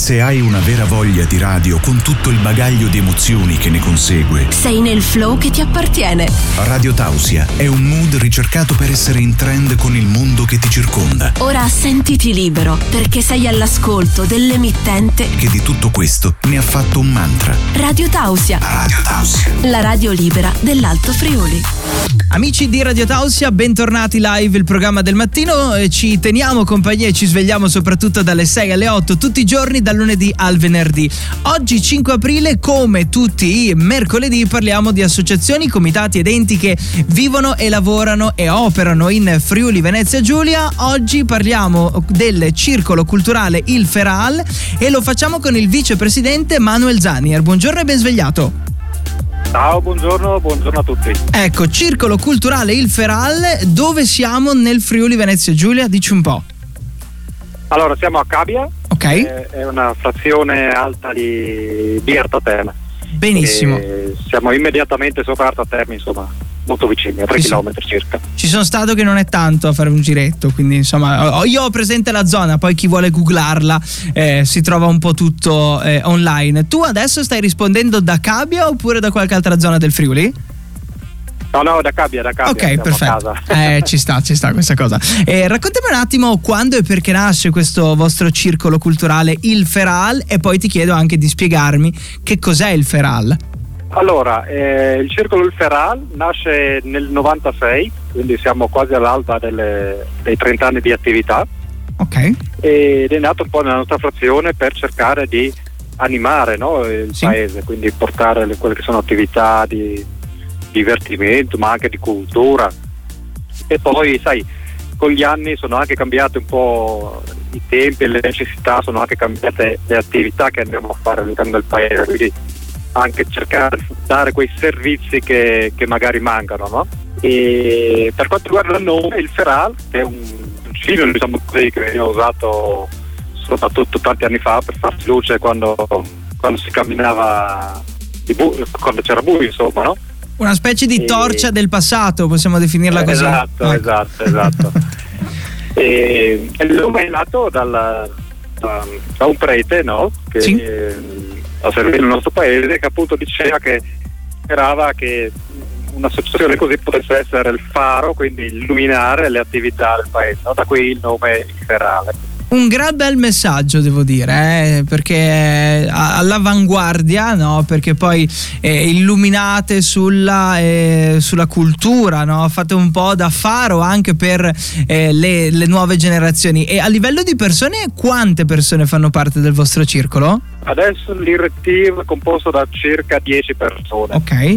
Se hai una vera voglia di radio con tutto il bagaglio di emozioni che ne consegue, sei nel flow che ti appartiene. Radio Tausia è un mood ricercato per essere in trend con il mondo che ti circonda. Ora sentiti libero, perché sei all'ascolto dell'emittente che di tutto questo ne ha fatto un mantra. Radio Tausia. Radio Tausia. La radio libera dell'Alto Friuli. Amici di Radio Tausia, bentornati live, il programma del mattino. Ci teniamo compagnia e ci svegliamo soprattutto dalle 6 alle 8 tutti i giorni, dal lunedì al venerdì. Oggi 5 aprile, come tutti i mercoledì, parliamo di associazioni, comitati ed enti che vivono e lavorano e operano in Friuli Venezia Giulia. Oggi parliamo del circolo culturale Il Feral e lo facciamo con il vicepresidente Manuel Zanier. Buongiorno e ben svegliato. Ciao, buongiorno a tutti. Ecco, circolo culturale Il Feral, dove siamo nel Friuli Venezia Giulia? Dici un po'. Allora, siamo a Cabia, ok. È una frazione alta di Erta Terme. Benissimo. Siamo immediatamente sopra Erta Terme, insomma, molto vicini, a 3 chilometri circa. Ci sono stato che non è tanto a fare un giretto, quindi insomma io ho presente la zona, poi chi vuole googlarla si trova un po' tutto online. Tu adesso stai rispondendo da Cabia oppure da qualche altra zona del Friuli? No, da Cabia. Ok, perfetto. Ci sta questa cosa. Raccontami un attimo quando e perché nasce questo vostro circolo culturale Il Feral, e poi ti chiedo anche di spiegarmi che cos'è Il Feral. Allora, il circolo Il Feral nasce nel 96, quindi siamo quasi all'alba dei 30 anni di attività. Ok. Ed è nato un po' nella nostra frazione per cercare di animare, no, il paese, quindi portare quelle che sono attività di divertimento, ma anche di cultura. E poi, sai, con gli anni sono anche cambiati un po' i tempi e le necessità, sono anche cambiate le attività che andiamo a fare all'interno del paese, quindi anche cercare di dare quei servizi che magari mancano, no? E per quanto riguarda il nome, Il Feral è un film, diciamo così, che veniva usato soprattutto tanti anni fa per farsi luce quando si camminava quando c'era buio, insomma, no? Una specie di torcia del passato, possiamo definirla così. Esatto. E il nome è nato da un prete, no? Che ha servito nel nostro paese, che appunto diceva che sperava che un'associazione così potesse essere il faro, quindi illuminare le attività del paese, no? Da qui il nome Il Ferale. Un gran bel messaggio, devo dire, perché all'avanguardia, no? Perché poi illuminate sulla cultura, no? Fate un po' da faro anche per le nuove generazioni. E a livello di persone, quante persone fanno parte del vostro circolo? Adesso l'IRTIV è composto da circa 10 persone. Ok.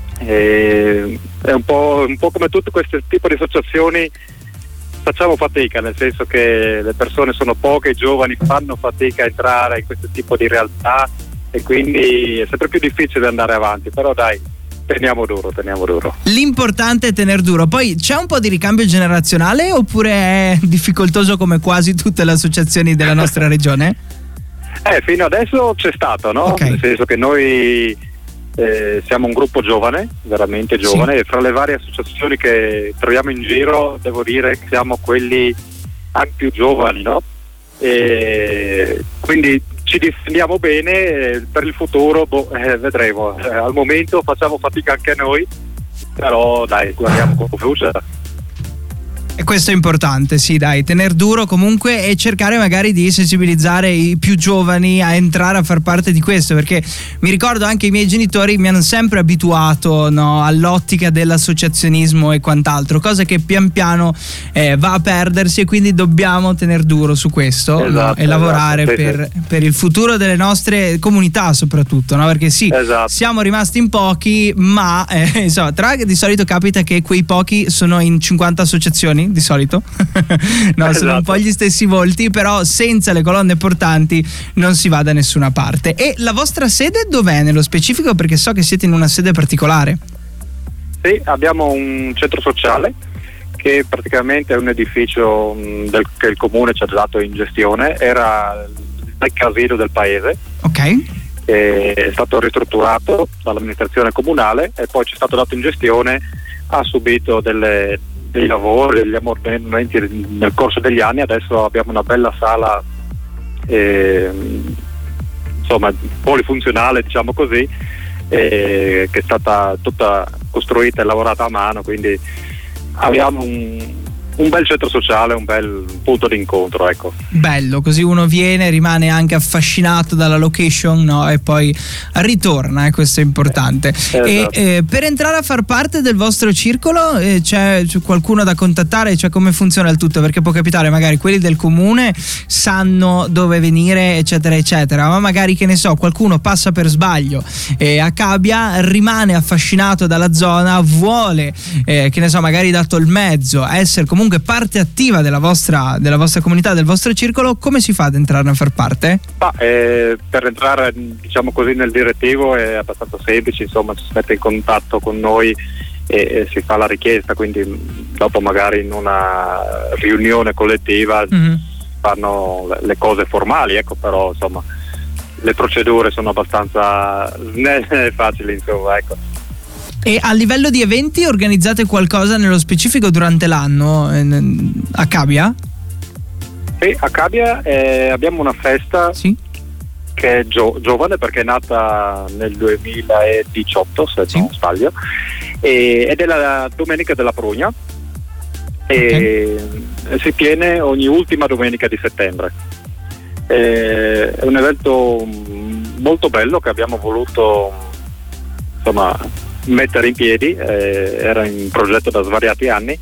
È un po' come tutte queste tipo di associazioni. Facciamo fatica, nel senso che le persone sono poche, i giovani fanno fatica a entrare in questo tipo di realtà e quindi è sempre più difficile andare avanti, però dai, teniamo duro. L'importante è tener duro. Poi c'è un po' di ricambio generazionale oppure è difficoltoso come quasi tutte le associazioni della nostra regione? Fino adesso c'è stato, no? Okay. Nel senso che noi siamo un gruppo giovane, veramente giovane, e fra le varie associazioni che troviamo in giro devo dire che siamo quelli anche più giovani, no? E quindi ci difendiamo bene, per il futuro vedremo. Al momento facciamo fatica anche noi, però dai, guardiamo con fiducia. E questo è importante, sì, dai, tener duro comunque e cercare magari di sensibilizzare i più giovani a entrare a far parte di questo, perché mi ricordo anche i miei genitori mi hanno sempre abituato, no, all'ottica dell'associazionismo e quant'altro, cosa che pian piano va a perdersi, e quindi dobbiamo tener duro su questo, no? E lavorare per il futuro delle nostre comunità soprattutto, no? Perché siamo rimasti in pochi, ma insomma, di solito capita che quei pochi sono in 50 associazioni di solito no, sono un po' gli stessi volti, però senza le colonne portanti non si va da nessuna parte. E la vostra sede dov'è nello specifico? Perché so che siete in una sede particolare. Sì, abbiamo un centro sociale che praticamente è un edificio che il comune ci ha dato in gestione, era il casino del paese. Ok. È stato ristrutturato dall'amministrazione comunale e poi ci è stato dato in gestione, ha subito dei lavori, degli ammortamenti nel corso degli anni. Adesso abbiamo una bella sala insomma polifunzionale, diciamo così, che è stata tutta costruita e lavorata a mano, quindi abbiamo un bel centro sociale, un bel punto di incontro, ecco. Bello, così uno viene, rimane anche affascinato dalla location, no? E poi ritorna, questo è importante. Esatto. E per entrare a far parte del vostro circolo c'è qualcuno da contattare? Cioè, come funziona il tutto? Perché può capitare, magari quelli del comune sanno dove venire, eccetera eccetera, ma magari, che ne so, qualcuno passa per sbaglio a Cabia, rimane affascinato dalla zona, vuole che ne so, magari dato il mezzo, essere comunque parte attiva della vostra comunità, del vostro circolo. Come si fa ad entrare a far parte? Per entrare, diciamo così, nel direttivo è abbastanza semplice, insomma, ci si mette in contatto con noi e si fa la richiesta, quindi dopo magari in una riunione collettiva fanno le cose formali, ecco, però insomma le procedure sono abbastanza facili, insomma, ecco. E a livello di eventi organizzate qualcosa nello specifico durante l'anno a Cabia? Sì, a Cabia abbiamo una festa che è giovane, perché è nata nel 2018, se non sbaglio, ed è la Domenica della Prugna, e si tiene ogni ultima domenica di settembre. È un evento molto bello che abbiamo voluto, insomma, mettere in piedi, era in progetto da svariati anni,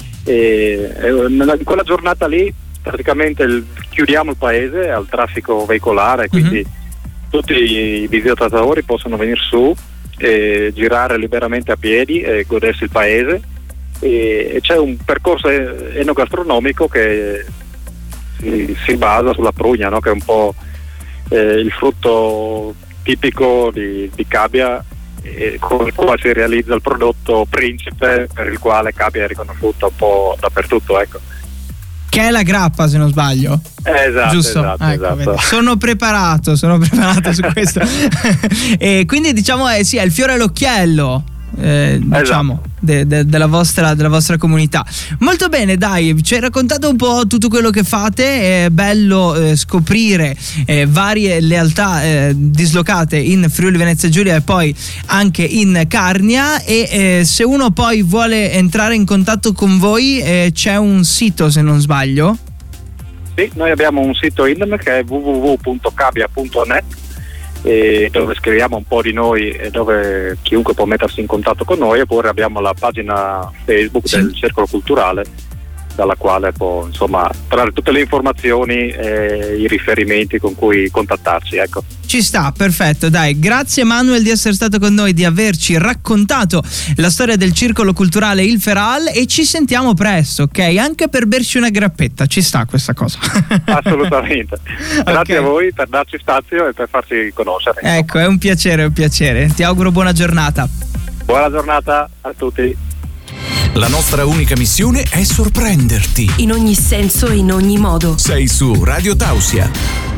e in quella giornata lì praticamente chiudiamo il paese al traffico veicolare, quindi tutti i visitatori possono venire su e girare liberamente a piedi e godersi il paese, e c'è un percorso enogastronomico che si basa sulla prugna, no? Che è un po' il frutto tipico di Cabia, con il quale si realizza il prodotto principe, per il quale Cabia è riconosciuta un po' dappertutto, ecco. Che è la grappa, se non sbaglio. Esatto, giusto? Esatto. Sono preparato su questo. E quindi diciamo è il fiore all'occhiello, diciamo, della vostra comunità. Molto bene, dai, ci hai raccontato un po' tutto quello che fate. È bello scoprire varie realtà dislocate in Friuli Venezia Giulia e poi anche in Carnia, e se uno poi vuole entrare in contatto con voi c'è un sito, se non sbaglio. Sì, noi abbiamo un sito internet che è www.cabia.net, dove scriviamo un po' di noi e dove chiunque può mettersi in contatto con noi, oppure abbiamo la pagina Facebook del Circolo Culturale, dalla quale può, insomma, trarre tutte le informazioni e i riferimenti con cui contattarci, ecco. Ci sta, perfetto, dai, grazie Manuel di essere stato con noi, di averci raccontato la storia del Circolo Culturale Il Feral, e ci sentiamo presto, ok? Anche per berci una grappetta, ci sta questa cosa. Assolutamente. Grazie a voi per darci spazio e per farci conoscere. Ecco, è un piacere, ti auguro buona giornata. Buona giornata a tutti. La nostra unica missione è sorprenderti. In ogni senso e in ogni modo. Sei su Radio Tausia.